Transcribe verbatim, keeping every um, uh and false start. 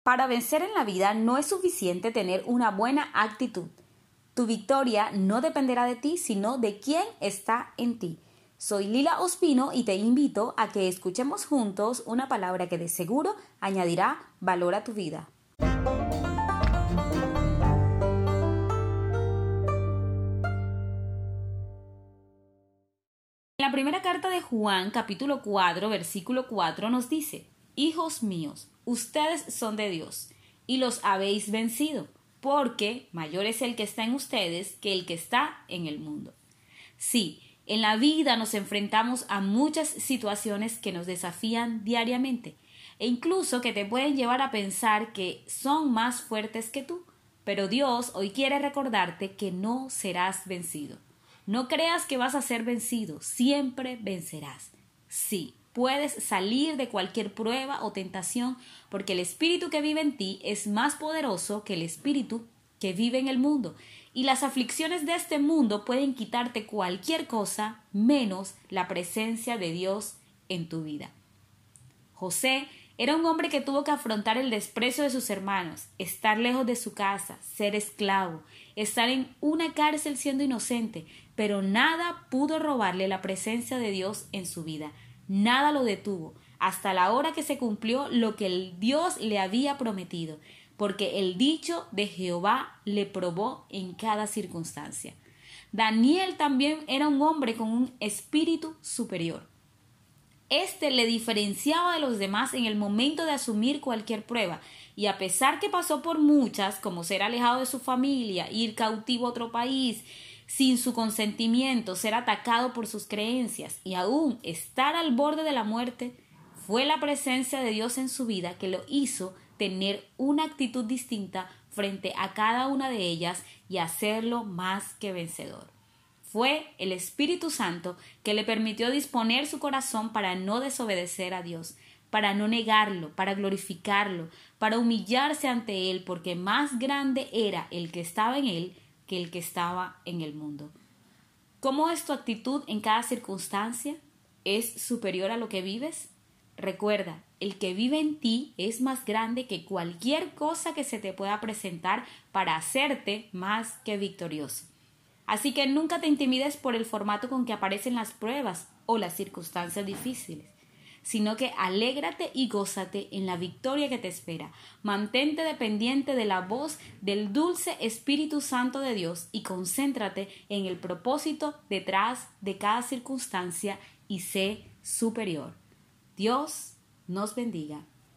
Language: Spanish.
Para vencer en la vida no es suficiente tener una buena actitud. Tu victoria no dependerá de ti, sino de quién está en ti. Soy Lila Ospino y te invito a que escuchemos juntos una palabra que de seguro añadirá valor a tu vida. En la primera carta de Juan, capítulo cuatro, versículo cuatro, nos dice: Hijos míos, ustedes son de Dios, y los habéis vencido, porque mayor es el que está en ustedes que el que está en el mundo. Sí, en la vida nos enfrentamos a muchas situaciones que nos desafían diariamente, e incluso que te pueden llevar a pensar que son más fuertes que tú, pero Dios hoy quiere recordarte que no serás vencido. No creas que vas a ser vencido, siempre vencerás. Sí, puedes salir de cualquier prueba o tentación porque el espíritu que vive en ti es más poderoso que el espíritu que vive en el mundo. Y las aflicciones de este mundo pueden quitarte cualquier cosa menos la presencia de Dios en tu vida. José era un hombre que tuvo que afrontar el desprecio de sus hermanos, estar lejos de su casa, ser esclavo, estar en una cárcel siendo inocente, pero nada pudo robarle la presencia de Dios en su vida. Nada lo detuvo, hasta la hora que se cumplió lo que el Dios le había prometido, porque el dicho de Jehová le probó en cada circunstancia. Daniel también era un hombre con un espíritu superior. Este le diferenciaba de los demás en el momento de asumir cualquier prueba, y a pesar que pasó por muchas, como ser alejado de su familia, ir cautivo a otro país, sin su consentimiento, ser atacado por sus creencias y aún estar al borde de la muerte, fue la presencia de Dios en su vida que lo hizo tener una actitud distinta frente a cada una de ellas y hacerlo más que vencedor. Fue el Espíritu Santo que le permitió disponer su corazón para no desobedecer a Dios, para no negarlo, para glorificarlo, para humillarse ante Él, porque más grande era el que estaba en Él que el que estaba en el mundo. ¿Cómo es tu actitud en cada circunstancia? ¿Es superior a lo que vives? Recuerda, el que vive en ti es más grande que cualquier cosa que se te pueda presentar para hacerte más que victorioso. Así que nunca te intimides por el formato con que aparecen las pruebas o las circunstancias difíciles, sino que alégrate y gózate en la victoria que te espera. Mantente dependiente de la voz del dulce Espíritu Santo de Dios y concéntrate en el propósito detrás de cada circunstancia y sé superior. Dios nos bendiga.